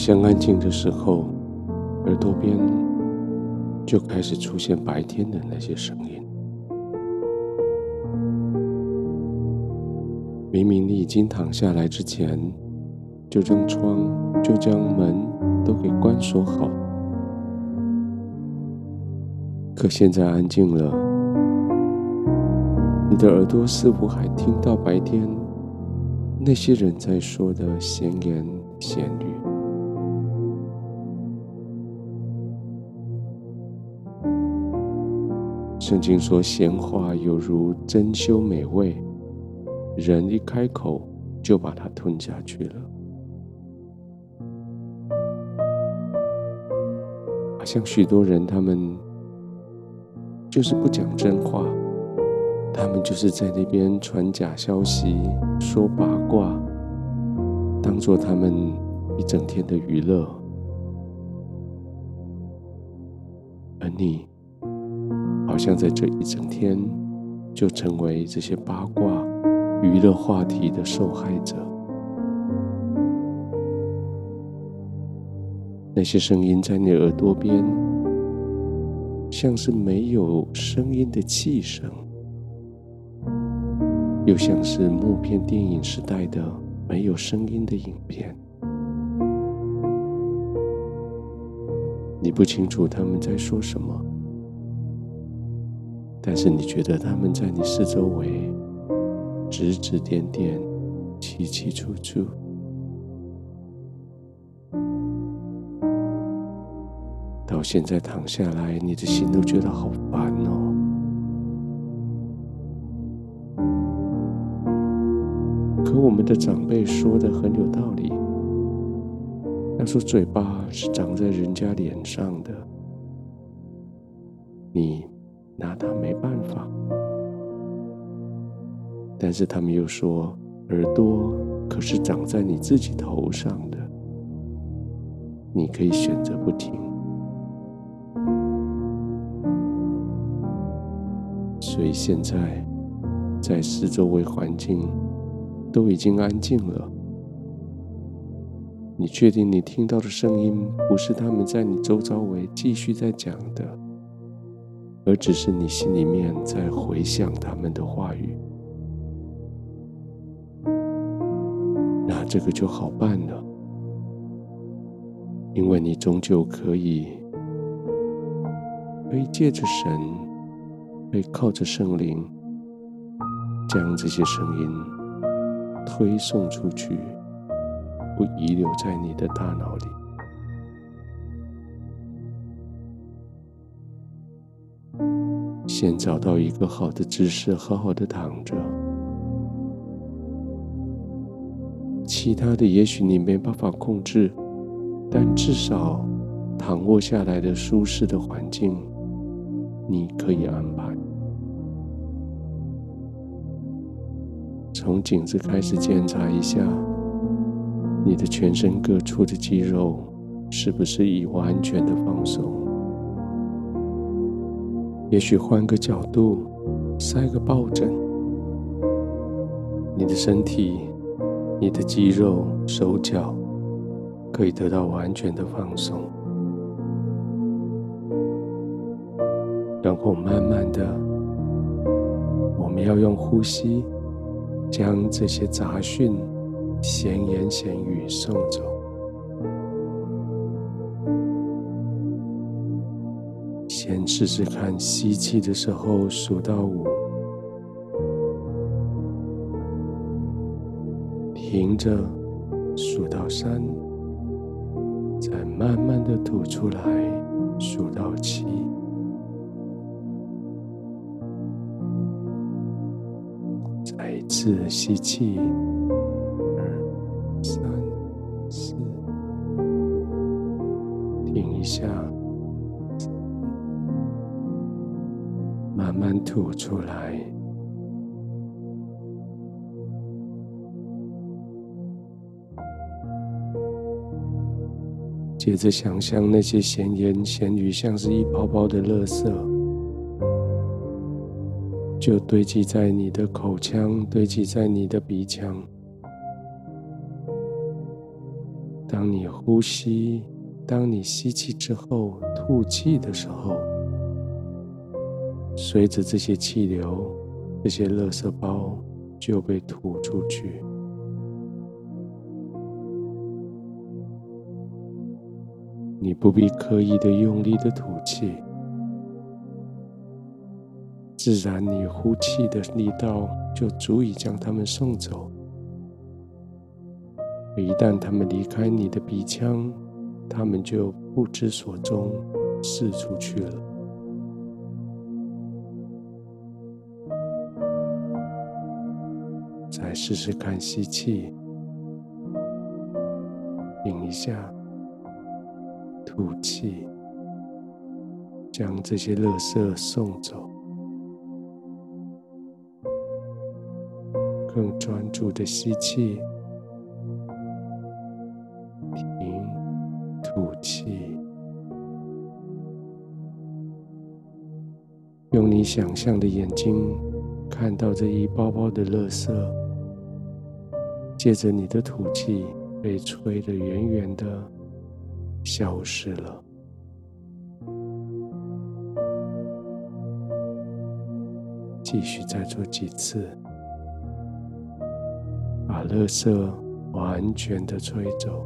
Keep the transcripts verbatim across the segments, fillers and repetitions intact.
像安静的时候，耳朵边就开始出现白天的那些声音。明明你已经躺下来之前，就将窗、就将门都给关锁好，可现在安静了，你的耳朵似乎还听到白天那些人在说的闲言闲语。圣经说，闲话有如珍馐美味，人一开口就把它吞下去了。好像许多人他们就是不讲真话，他们就是在那边传假消息，说八卦，当作他们一整天的娱乐。而你好像在这一整天就成为这些八卦娱乐话题的受害者。那些声音在你耳朵边，像是没有声音的气声，又像是默片电影时代的没有声音的影片。你不清楚他们在说什么，但是你觉得他们在你四周围指指点点，清清楚楚。到现在躺下来，你的心都觉得好烦哦。可我们的长辈说的很有道理，他说嘴巴是长在人家脸上的，你拿它没办法。但是他们又说，耳朵可是长在你自己头上的，你可以选择不听。所以现在在四周围环境都已经安静了，你确定你听到的声音不是他们在你周遭围继续在讲的，而只是你心里面在回想他们的话语？那这个就好办了，因为你终究可以可以借着神，可以靠着圣灵，将这些声音推送出去，不遗留在你的大脑里。先找到一个好的姿势，好好的躺着。其他的也许你没办法控制，但至少躺卧下来的舒适的环境你可以安排。从颈子开始检查一下你的全身各处的肌肉是不是已完全的放松。也许换个角度，塞个抱枕，你的身体、你的肌肉、手脚可以得到完全的放松。然后慢慢的，我们要用呼吸将这些杂讯、闲言闲语送走。先试试看，吸气的时候数到五，停着数到三，再慢慢的吐出来，数到七。再一次吸气，二、三、四，停一下，慢慢吐出来。接着想象那些闲言闲语像是一包包的垃圾，就堆积在你的口腔，堆积在你的鼻腔。 当你呼吸，当你吸气之后吐气的时候，随着这些气流，这些垃圾包就被吐出去。你不必刻意的用力的吐气，自然你呼气的力道就足以将它们送走。一旦它们离开你的鼻腔，它们就不知所踪，释出去了。再试试看吸气，停一下，吐气，将这些垃圾送走。更专注的吸气，停，吐气。用你想象的眼睛看到这一包包的垃圾，借着你的吐气被吹得远远的消失了。继续再做几次，把垃圾完全的吹走。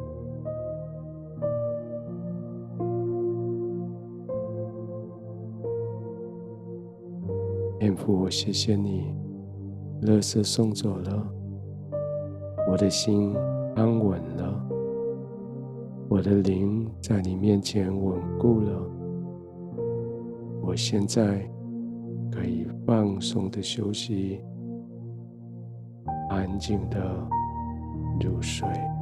天父，我谢谢你，垃圾送走了，我的心安稳了，我的灵在你面前稳固了。我现在可以放松的休息，安静的入睡。